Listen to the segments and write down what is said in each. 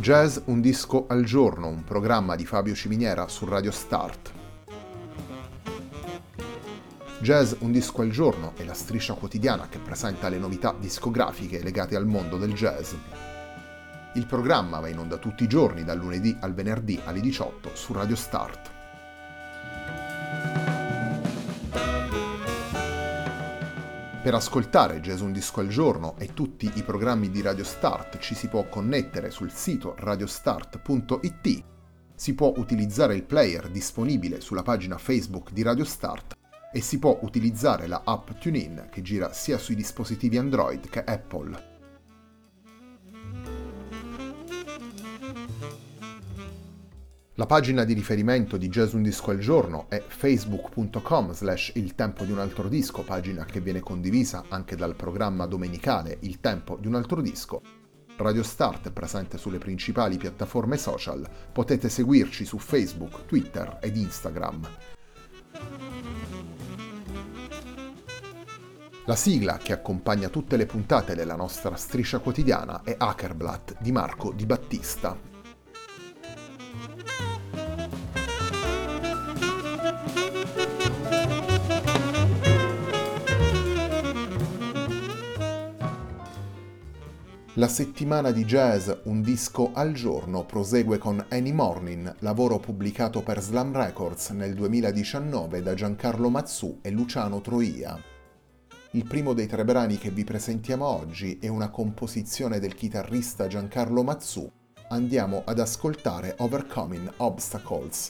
Jazz un disco al giorno, un programma di Fabio Ciminiera su Radio Start. Jazz un disco al giorno è la striscia quotidiana che presenta le novità discografiche legate al mondo del jazz. Il programma va in onda tutti i giorni dal lunedì al venerdì alle 18 su Radio Start. Per ascoltare Jazz un disco al giorno e tutti i programmi di Radio Start ci si può connettere sul sito radiostart.it, si può utilizzare il player disponibile sulla pagina Facebook di Radio Start e si può utilizzare la app TuneIn che gira sia sui dispositivi Android che Apple. La pagina di riferimento di Jazz un disco al giorno è facebook.com/Il tempo di un altro disco, pagina che viene condivisa anche dal programma domenicale Il tempo di un altro disco. Radio Start è presente sulle principali piattaforme social, potete seguirci su Facebook, Twitter ed Instagram. La sigla che accompagna tutte le puntate della nostra striscia quotidiana è Hackerblatt di Marco Di Battista. La settimana di jazz un disco al giorno prosegue con Any Morning, lavoro pubblicato per Slam Records nel 2019 da Giancarlo Mazzù e Luciano Troia. Il primo dei 3 brani che vi presentiamo oggi è una composizione del chitarrista Giancarlo Mazzù. Andiamo ad ascoltare Overcoming Obstacles.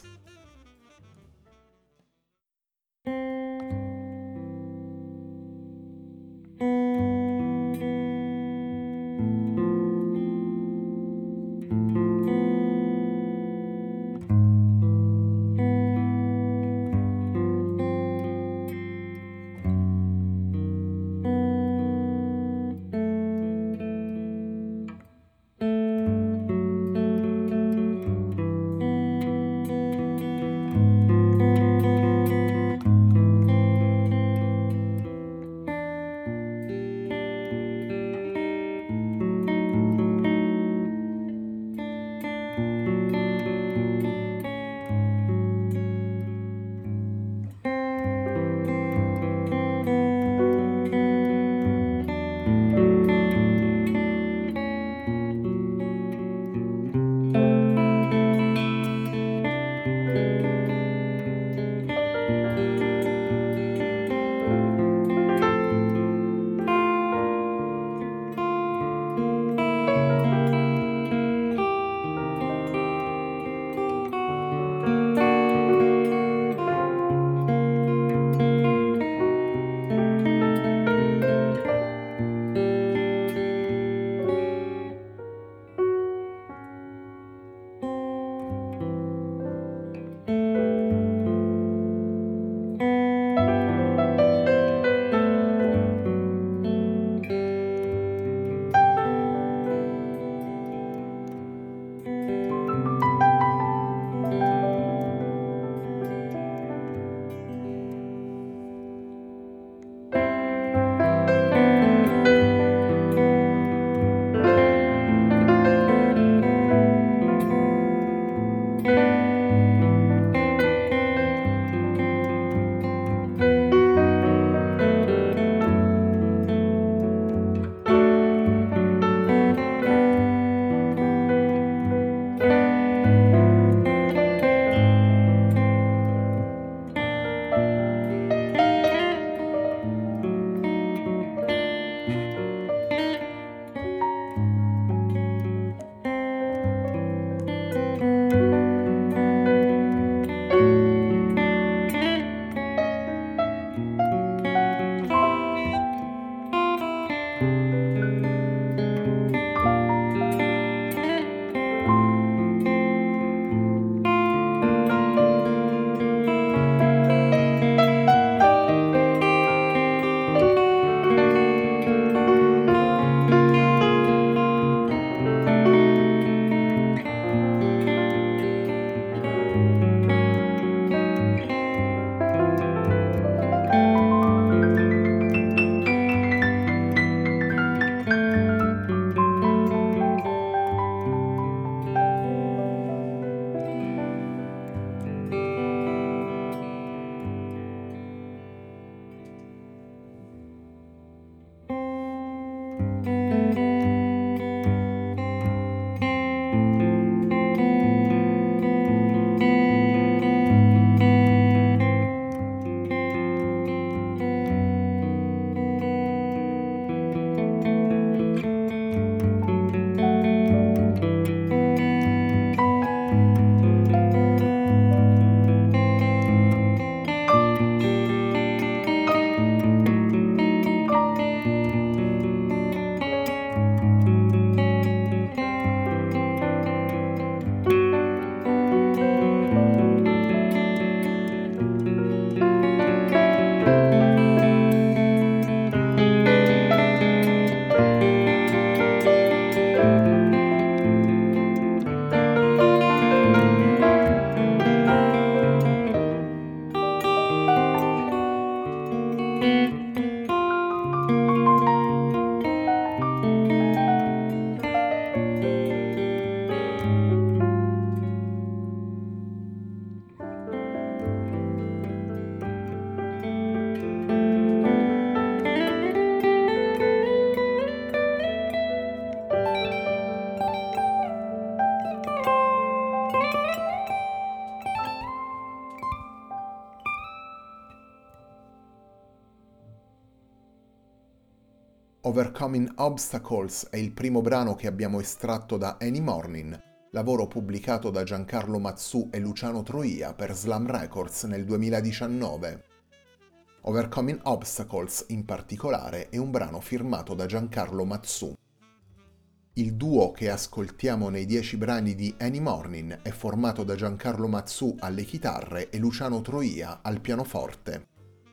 Overcoming Obstacles è il primo brano che abbiamo estratto da Any Morning, lavoro pubblicato da Giancarlo Mazzù e Luciano Troia per Slam Records nel 2019. Overcoming Obstacles, in particolare, è un brano firmato da Giancarlo Mazzù. Il duo che ascoltiamo nei 10 brani di Any Morning è formato da Giancarlo Mazzù alle chitarre e Luciano Troia al pianoforte.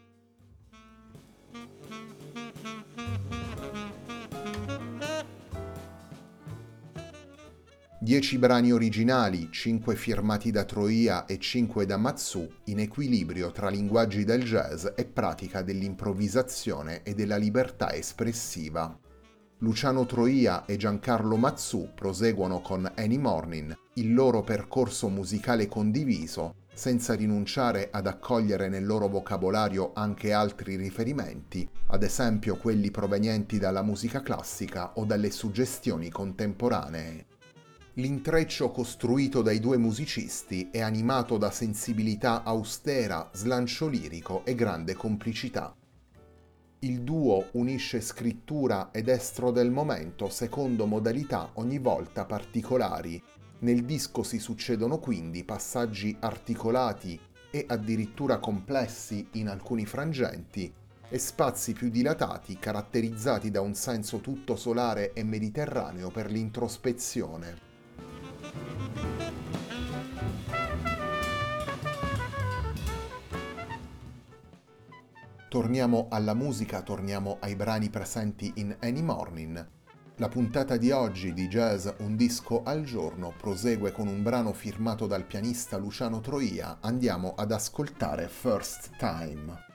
10 brani originali, 5 firmati da Troia e 5 da Mazzù, in equilibrio tra linguaggi del jazz e pratica dell'improvvisazione e della libertà espressiva. Luciano Troia e Giancarlo Mazzù proseguono con Any Morning il loro percorso musicale condiviso, senza rinunciare ad accogliere nel loro vocabolario anche altri riferimenti, ad esempio quelli provenienti dalla musica classica o dalle suggestioni contemporanee. L'intreccio costruito dai due musicisti è animato da sensibilità austera, slancio lirico e grande complicità. Il duo unisce scrittura ed estro del momento secondo modalità ogni volta particolari. Nel disco si succedono quindi passaggi articolati e addirittura complessi in alcuni frangenti e spazi più dilatati caratterizzati da un senso tutto solare e mediterraneo per l'introspezione. Torniamo alla musica, torniamo ai brani presenti in Any Morning. La puntata di oggi di Jazz Un disco al giorno prosegue con un brano firmato dal pianista Luciano Troia. Andiamo ad ascoltare First Time.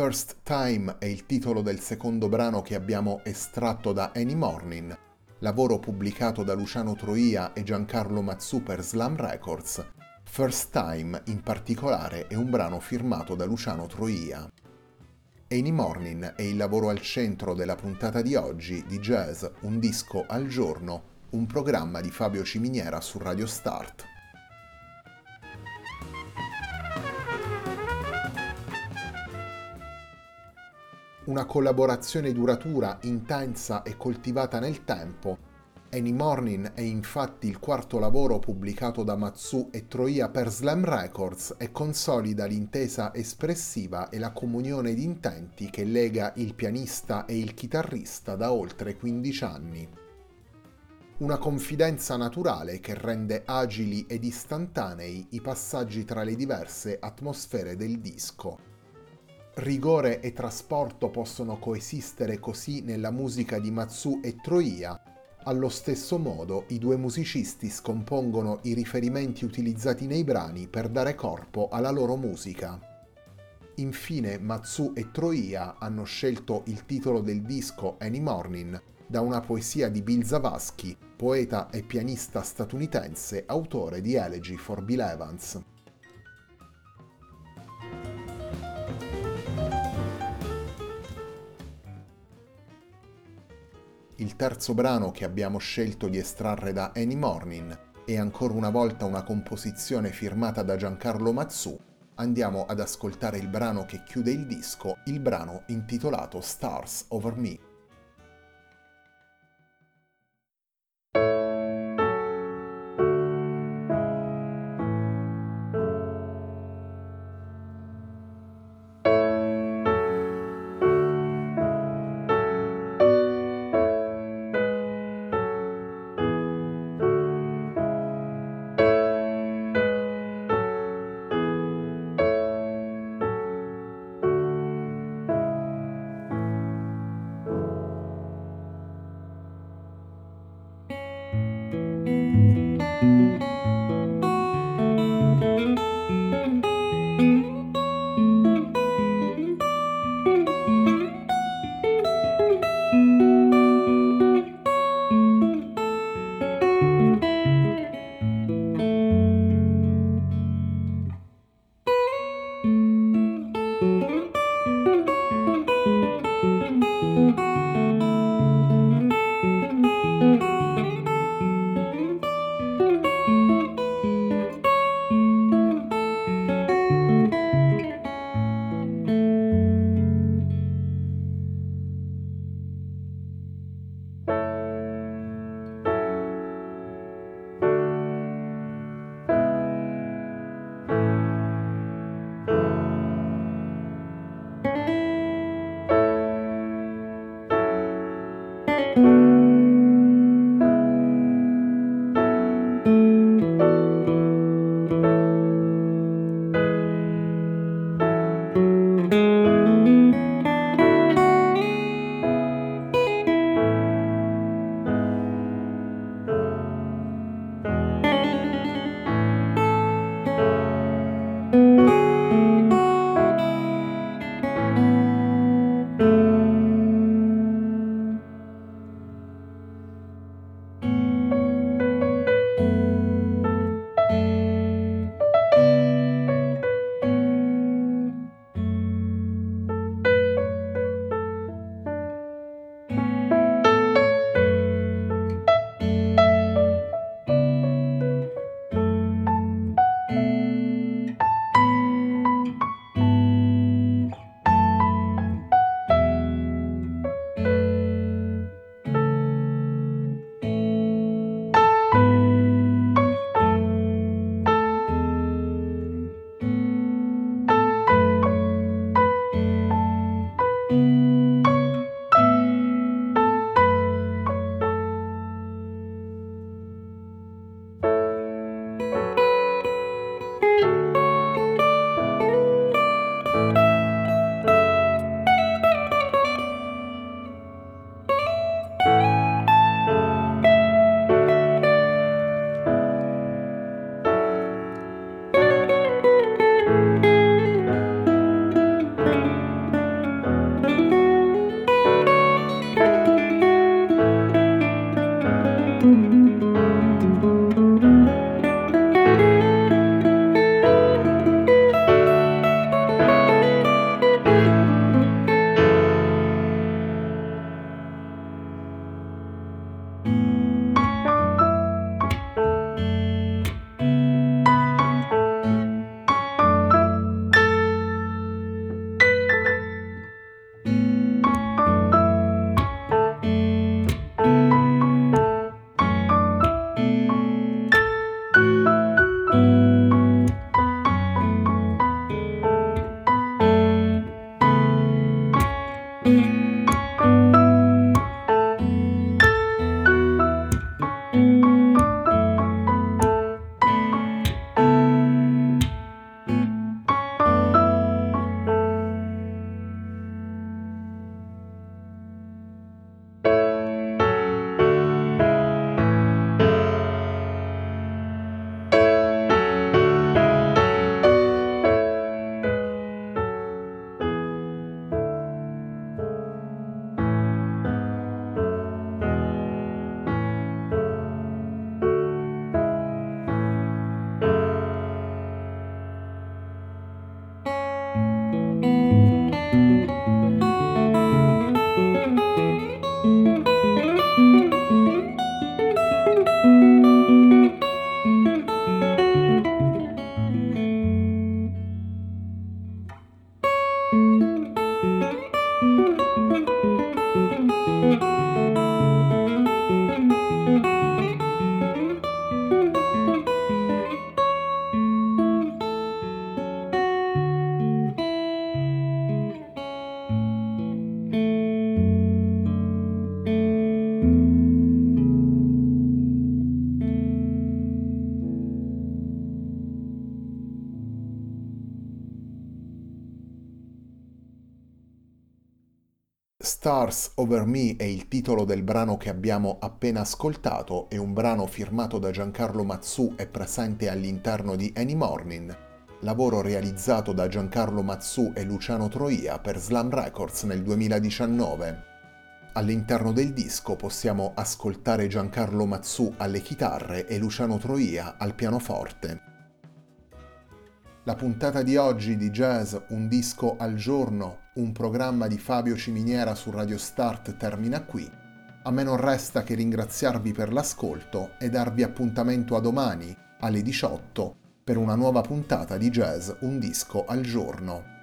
First Time è il titolo del secondo brano che abbiamo estratto da Any Morning, lavoro pubblicato da Luciano Troia e Giancarlo Mazzù per Slam Records. First Time, in particolare, è un brano firmato da Luciano Troia. Any Morning è il lavoro al centro della puntata di oggi di Jazz, un disco al giorno, un programma di Fabio Ciminiera su Radio Start. Una collaborazione duratura, intensa e coltivata nel tempo. Any Morning è infatti il quarto lavoro pubblicato da Mazzù e Troia per Slam Records e consolida l'intesa espressiva e la comunione di intenti che lega il pianista e il chitarrista da oltre 15 anni. Una confidenza naturale che rende agili ed istantanei i passaggi tra le diverse atmosfere del disco. Rigore e trasporto possono coesistere così nella musica di Mazzù e Troia. Allo stesso modo, i due musicisti scompongono i riferimenti utilizzati nei brani per dare corpo alla loro musica. Infine, Mazzù e Troia hanno scelto il titolo del disco Any Morning da una poesia di Bill Zavascki, poeta e pianista statunitense, autore di Elegy for Bill Evans. Il terzo brano che abbiamo scelto di estrarre da Any Morning è ancora una volta una composizione firmata da Giancarlo Mazzù. Andiamo ad ascoltare il brano che chiude il disco, il brano intitolato Stars Over Me. Stars Over Me è il titolo del brano che abbiamo appena ascoltato, è un brano firmato da Giancarlo Mazzù e presente all'interno di Any Morning, lavoro realizzato da Giancarlo Mazzù e Luciano Troia per Slam Records nel 2019. All'interno del disco possiamo ascoltare Giancarlo Mazzù alle chitarre e Luciano Troia al pianoforte. La puntata di oggi di Jazz Un disco al giorno, un programma di Fabio Ciminiera su Radio Start termina qui. A me non resta che ringraziarvi per l'ascolto e darvi appuntamento a domani alle 18 per una nuova puntata di Jazz Un disco al giorno.